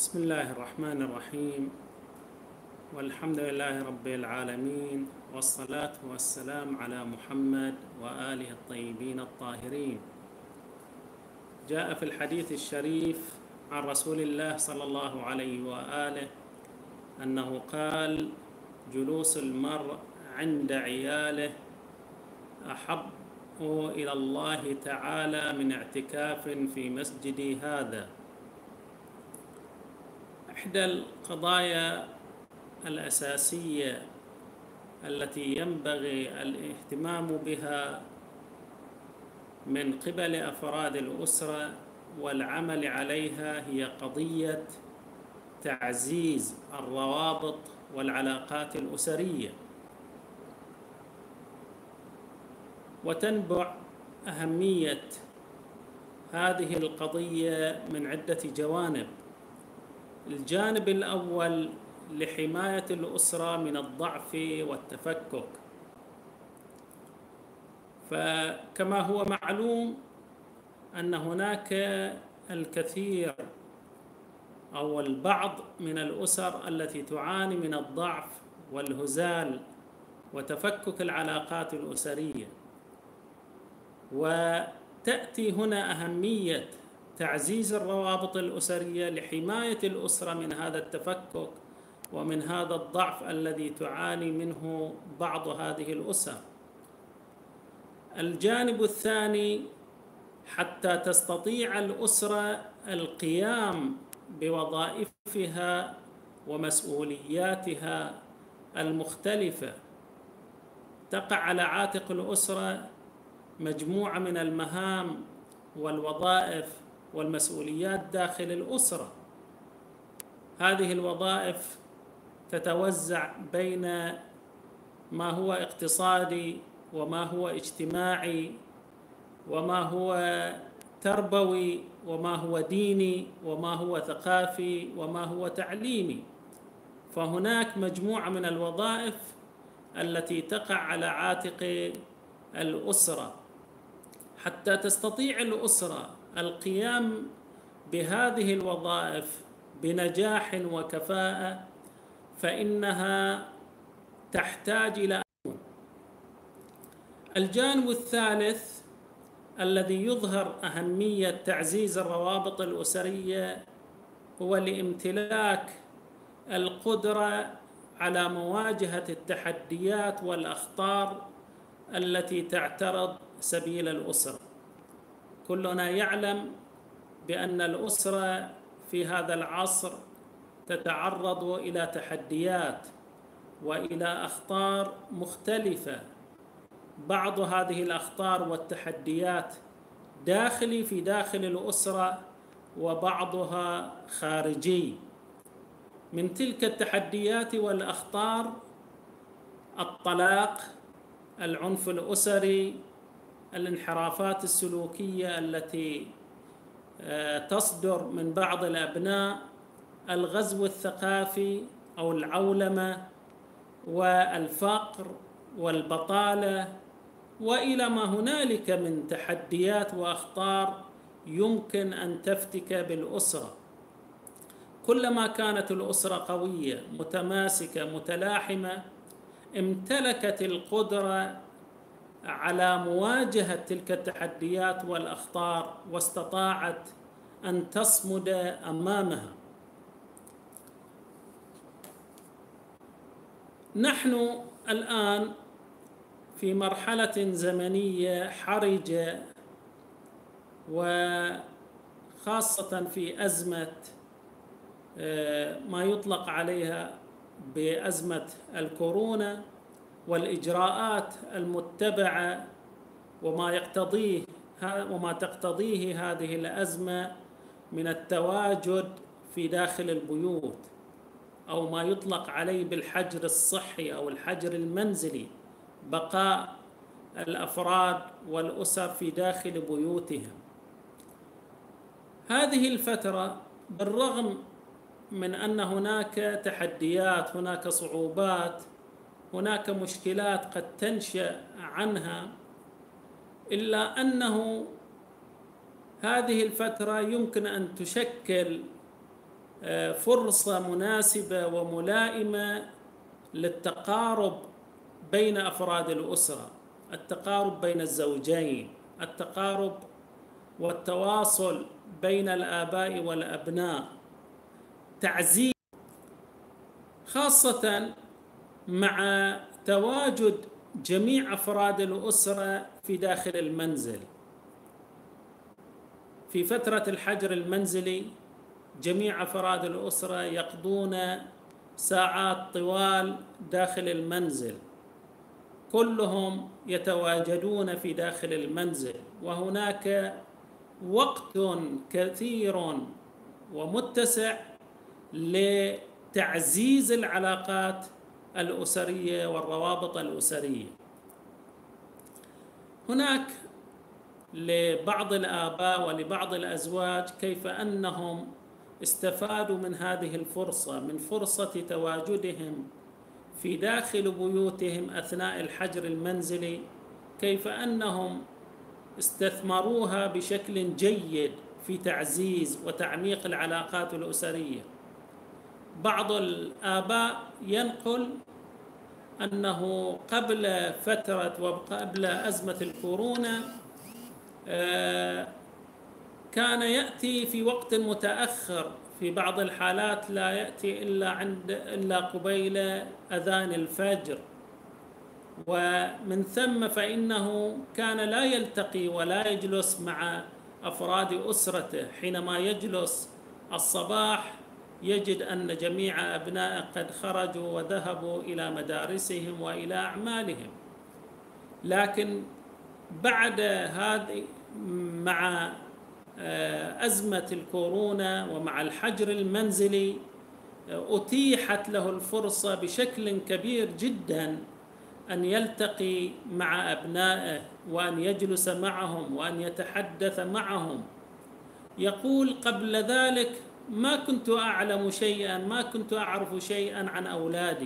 بسم الله الرحمن الرحيم، والحمد لله رب العالمين، والصلاة والسلام على محمد وآله الطيبين الطاهرين. جاء في الحديث الشريف عن رسول الله صلى الله عليه وآله أنه قال: جلوس المرء عند عياله أحب إلى الله تعالى من اعتكاف في مسجدي هذا. إحدى القضايا الأساسية التي ينبغي الاهتمام بها من قبل أفراد الأسرة والعمل عليها هي قضية تعزيز الروابط والعلاقات الأسرية. وتنبع أهمية هذه القضية من عدة جوانب. الجانب الأول لحماية الأسرة من الضعف والتفكك، فكما هو معلوم أن هناك الكثير أو البعض من الأسر التي تعاني من الضعف والهزال وتفكك العلاقات الأسرية، وتأتي هنا أهمية تعزيز الروابط الأسرية لحماية الأسرة من هذا التفكك ومن هذا الضعف الذي تعاني منه بعض هذه الأسر. الجانب الثاني، حتى تستطيع الأسرة القيام بوظائفها ومسؤولياتها المختلفة، تقع على عاتق الأسرة مجموعة من المهام والوظائف والمسؤوليات داخل الأسرة. هذه الوظائف تتوزع بين ما هو اقتصادي وما هو اجتماعي وما هو تربوي وما هو ديني وما هو ثقافي وما هو تعليمي. فهناك مجموعة من الوظائف التي تقع على عاتق الأسرة. حتى تستطيع الأسرة القيام بهذه الوظائف بنجاح وكفاءة، فإنها تحتاج إلى الجانب الثالث الذي يظهر أهمية تعزيز الروابط الأسرية، هو لامتلاك القدرة على مواجهة التحديات والأخطار التي تعترض سبيل الأسرة. كلنا يعلم بأن الأسرة في هذا العصر تتعرض إلى تحديات وإلى أخطار مختلفة. بعض هذه الأخطار والتحديات في داخل الأسرة، وبعضها خارجي. من تلك التحديات والأخطار الطلاق، العنف الأسري، الانحرافات السلوكية التي تصدر من بعض الأبناء، الغزو الثقافي أو العولمة، والفقر والبطالة، وإلى ما هنالك من تحديات وأخطار يمكن أن تفتك بالأسرة. كلما كانت الأسرة قوية متماسكة متلاحمة، امتلكت القدرة على مواجهة تلك التحديات والأخطار واستطاعت أن تصمد أمامها. نحن الآن في مرحلة زمنية حرجة، وخاصة في أزمة ما يطلق عليها بأزمة الكورونا، والإجراءات المتبعة وما تقتضيه هذه الأزمة من التواجد في داخل البيوت، أو ما يطلق عليه بالحجر الصحي أو الحجر المنزلي، بقاء الأفراد والأسر في داخل بيوتهم. هذه الفترة بالرغم من أن هناك تحديات، هناك صعوبات، هناك مشكلات قد تنشأ عنها، إلا أنه هذه الفترة يمكن أن تشكل فرصة مناسبة وملائمة للتقارب بين أفراد الأسرة، التقارب بين الزوجين، التقارب والتواصل بين الآباء والأبناء، تعزيز، خاصة مع تواجد جميع أفراد الأسرة في داخل المنزل. في فترة الحجر المنزلي جميع أفراد الأسرة يقضون ساعات طوال داخل المنزل، كلهم يتواجدون في داخل المنزل، وهناك وقت كثير ومتسع لتعزيز العلاقات الأسرية والروابط الأسرية. هناك لبعض الآباء ولبعض الأزواج كيف أنهم استفادوا من هذه الفرصة، من فرصة تواجدهم في داخل بيوتهم أثناء الحجر المنزلي، كيف أنهم استثمروها بشكل جيد في تعزيز وتعميق العلاقات الأسرية. بعض الآباء ينقل أنه قبل فترة وقبل أزمة الكورونا كان يأتي في وقت متأخر، في بعض الحالات لا يأتي إلا قبيل أذان الفجر، ومن ثم فإنه كان لا يلتقي ولا يجلس مع أفراد أسرته. حينما يجلس الصباح يجد أن جميع أبنائه قد خرجوا وذهبوا إلى مدارسهم وإلى أعمالهم. لكن بعد هذه، مع أزمة الكورونا ومع الحجر المنزلي، أتيحت له الفرصة بشكل كبير جدا أن يلتقي مع أبنائه وأن يجلس معهم وأن يتحدث معهم. يقول قبل ذلك ما كنت أعلم شيئا، ما كنت أعرف شيئا عن أولادي،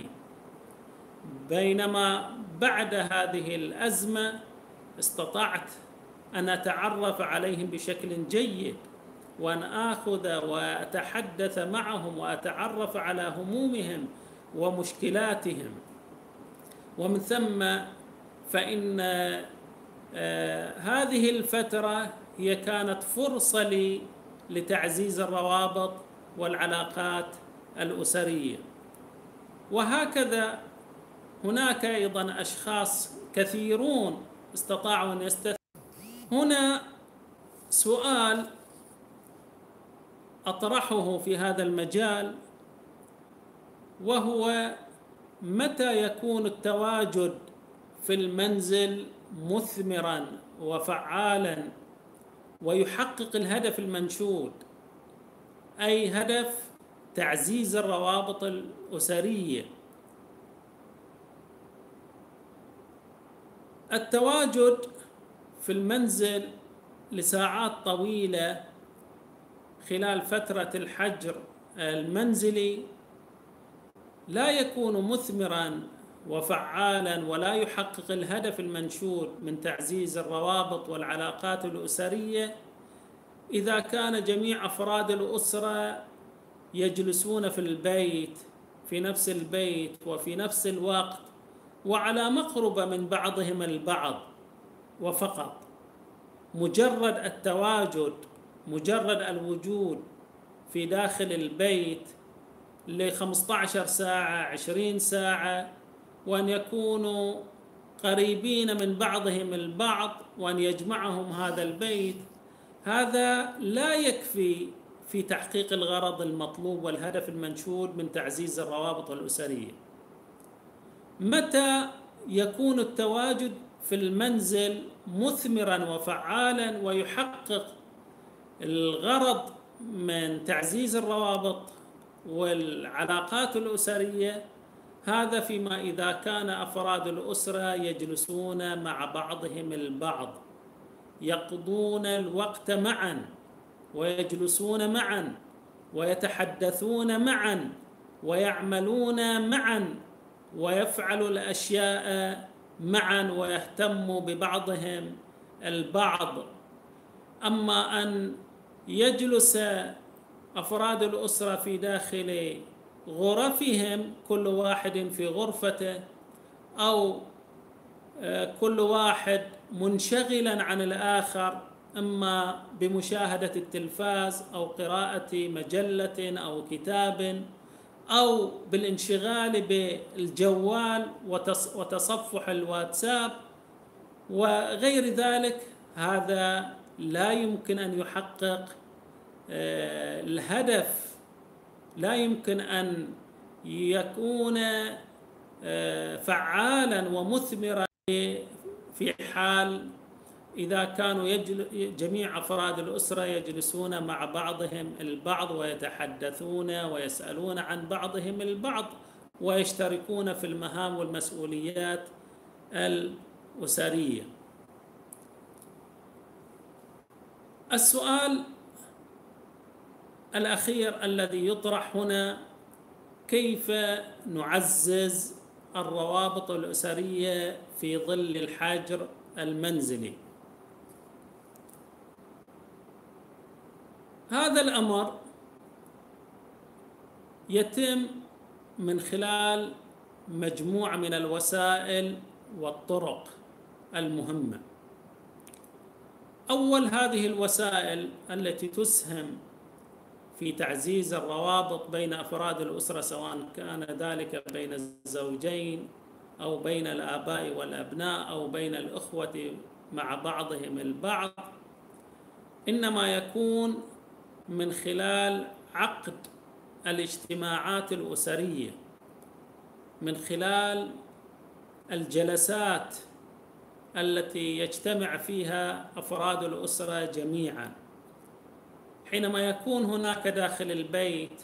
بينما بعد هذه الأزمة استطعت أن أتعرف عليهم بشكل جيد، وأن آخذ وأتحدث معهم وأتعرف على همومهم ومشكلاتهم. ومن ثم فإن هذه الفترة هي كانت فرصة لي لتعزيز الروابط والعلاقات الأسرية. وهكذا هناك أيضا أشخاص كثيرون استطاعوا أن يستثمروا. هنا سؤال أطرحه في هذا المجال، وهو متى يكون التواجد في المنزل مثمراً وفعالاً ويحقق الهدف المنشود، أي هدف تعزيز الروابط الأسرية؟ التواجد في المنزل لساعات طويلة خلال فترة الحجر المنزلي لا يكون مثمراً وفعالاً ولا يحقق الهدف المنشود من تعزيز الروابط والعلاقات الأسرية إذا كان جميع أفراد الأسرة يجلسون في البيت، في نفس البيت وفي نفس الوقت وعلى مقربة من بعضهم البعض، وفقط مجرد التواجد، مجرد الوجود في داخل البيت ل15 ساعة 20 ساعة، وأن يكونوا قريبين من بعضهم البعض وأن يجمعهم هذا البيت، هذا لا يكفي في تحقيق الغرض المطلوب والهدف المنشود من تعزيز الروابط الأسرية. متى يكون التواجد في المنزل مثمراً وفعالاً ويحقق الغرض من تعزيز الروابط والعلاقات الأسرية؟ هذا فيما إذا كان أفراد الأسرة يجلسون مع بعضهم البعض، يقضون الوقت معاً ويجلسون معاً ويتحدثون معاً ويعملون معاً ويفعلوا الأشياء معاً ويهتموا ببعضهم البعض. أما أن يجلس أفراد الأسرة في داخل غرفهم، كل واحد في غرفته، أو كل واحد منشغلا عن الآخر، إما بمشاهدة التلفاز أو قراءة مجلة أو كتاب أو بالانشغال بالجوال وتصفح الواتساب وغير ذلك. هذا لا يمكن أن يحقق الهدف، لا يمكن أن يكون فعالا ومثمرا في حال إذا كانوا جميع أفراد الأسرة يجلسون مع بعضهم البعض ويتحدثون ويسألون عن بعضهم البعض ويشتركون في المهام والمسؤوليات الأسرية. السؤال الأخير الذي يطرح هنا: كيف نعزز الروابط الأسرية في ظل الحجر المنزلي؟ هذا الأمر يتم من خلال مجموعة من الوسائل والطرق المهمة. أول هذه الوسائل التي تسهم في تعزيز الروابط بين أفراد الأسرة، سواء كان ذلك بين الزوجين أو بين الآباء والأبناء أو بين الأخوة مع بعضهم البعض، إنما يكون من خلال عقد الاجتماعات الأسرية، من خلال الجلسات التي يجتمع فيها أفراد الأسرة جميعا. حينما يكون هناك داخل البيت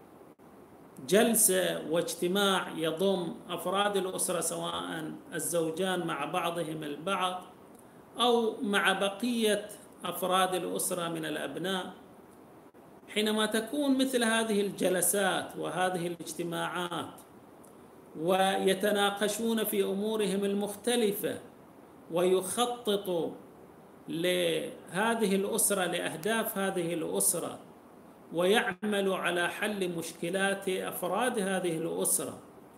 جلسة واجتماع يضم أفراد الأسرة، سواء الزوجان مع بعضهم البعض أو مع بقية أفراد الأسرة من الأبناء، حينما تكون مثل هذه الجلسات وهذه الاجتماعات ويتناقشون في أمورهم المختلفة ويخططوا لهذه الأسرة، لأهداف هذه الأسرة، ويعملوا على حل مشكلات أفراد هذه الأسرة،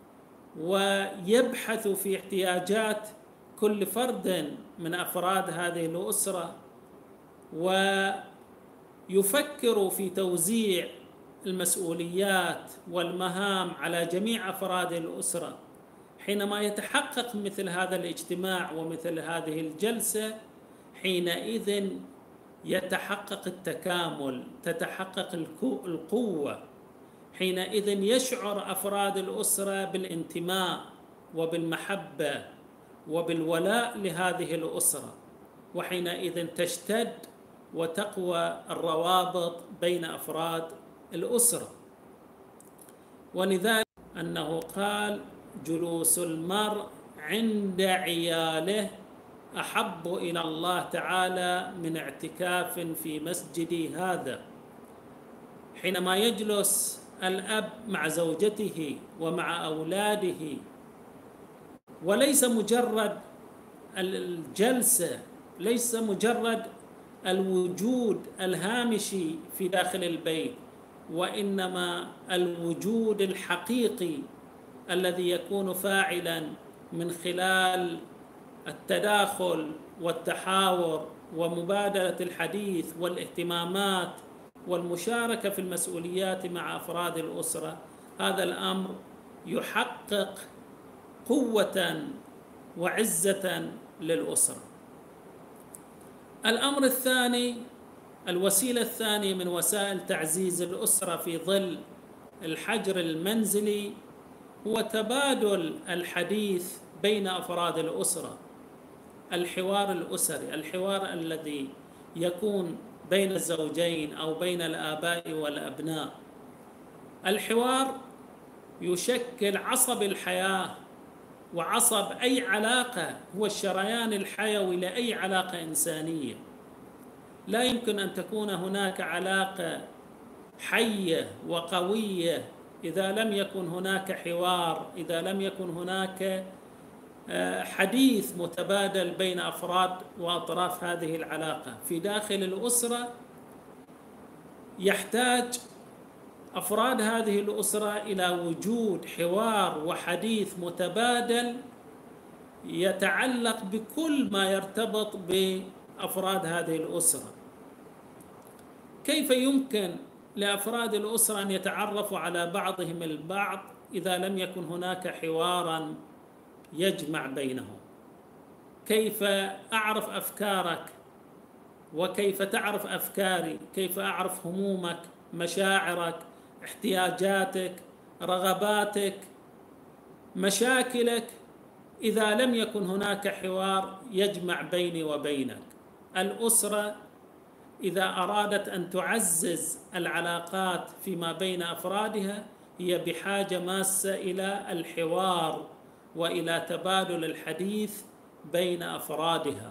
ويبحثوا في احتياجات كل فرد من أفراد هذه الأسرة، ويفكروا في توزيع المسؤوليات والمهام على جميع أفراد الأسرة. حينما يتحقق مثل هذا الاجتماع ومثل هذه الجلسة، حينئذ يتحقق التكامل، تتحقق القوة. حينئذ يشعر أفراد الأسرة بالانتماء وبالمحبة وبالولاء لهذه الأسرة، وحينئذ تشتد وتقوى الروابط بين أفراد الأسرة. ولذلك أنه قال: جلوس المرء عند عياله أحب إلى الله تعالى من اعتكاف في مسجدي هذا. حينما يجلس الأب مع زوجته ومع أولاده، وليس مجرد الجلسة، ليس مجرد الوجود الهامشي في داخل البيت، وإنما الوجود الحقيقي الذي يكون فاعلا من خلال التداخل والتحاور ومبادلة الحديث والاهتمامات والمشاركة في المسؤوليات مع أفراد الأسرة. هذا الأمر يحقق قوة وعزة للأسرة. الأمر الثاني، الوسيلة الثانية من وسائل تعزيز الأسرة في ظل الحجر المنزلي، هو تبادل الحديث بين أفراد الأسرة، الحوار الأسري، الحوار الذي يكون بين الزوجين أو بين الآباء والأبناء. الحوار يشكل عصب الحياة وعصب أي علاقة، هو الشريان الحيوي لأي علاقة إنسانية. لا يمكن أن تكون هناك علاقة حية وقوية إذا لم يكن هناك حوار، إذا لم يكن هناك حديث متبادل بين أفراد وأطراف هذه العلاقة. في داخل الأسرة يحتاج أفراد هذه الأسرة إلى وجود حوار وحديث متبادل يتعلق بكل ما يرتبط بأفراد هذه الأسرة. كيف يمكن لأفراد الأسرة أن يتعرفوا على بعضهم البعض إذا لم يكن هناك حوارا يجمع بينهم؟ كيف أعرف أفكارك وكيف تعرف أفكاري؟ كيف أعرف همومك، مشاعرك، احتياجاتك، رغباتك، مشاكلك، إذا لم يكن هناك حوار يجمع بيني وبينك؟ الأسرة إذا أرادت أن تعزز العلاقات فيما بين أفرادها هي بحاجة ماسة إلى الحوار وإلى تبادل الحديث بين أفرادها.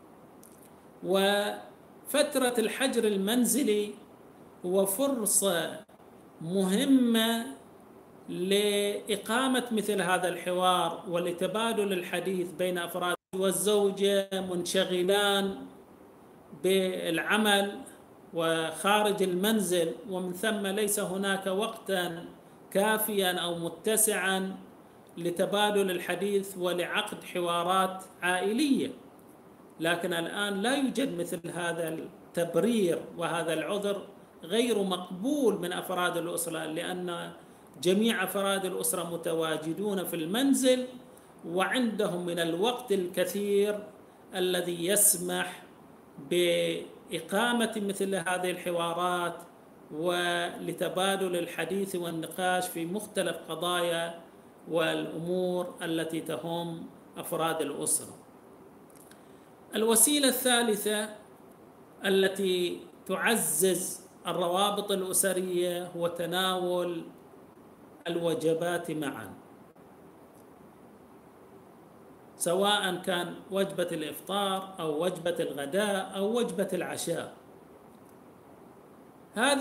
وفترة الحجر المنزلي هو فرصة مهمة لإقامة مثل هذا الحوار ولتبادل الحديث بين أفراد. والزوجة منشغلان بالعمل وخارج المنزل، ومن ثم ليس هناك وقتا كافيا أو متسعا لتبادل الحديث ولعقد حوارات عائلية. لكن الآن لا يوجد مثل هذا التبرير، وهذا العذر غير مقبول من أفراد الأسرة، لأن جميع أفراد الأسرة متواجدون في المنزل وعندهم من الوقت الكثير الذي يسمح بإقامة مثل هذه الحوارات ولتبادل الحديث والنقاش في مختلف قضايا والأمور التي تهم أفراد الأسرة. الوسيلة الثالثة التي تعزز الروابط الأسرية هو تناول الوجبات معا، سواء كان وجبة الإفطار أو وجبة الغداء أو وجبة العشاء. هذه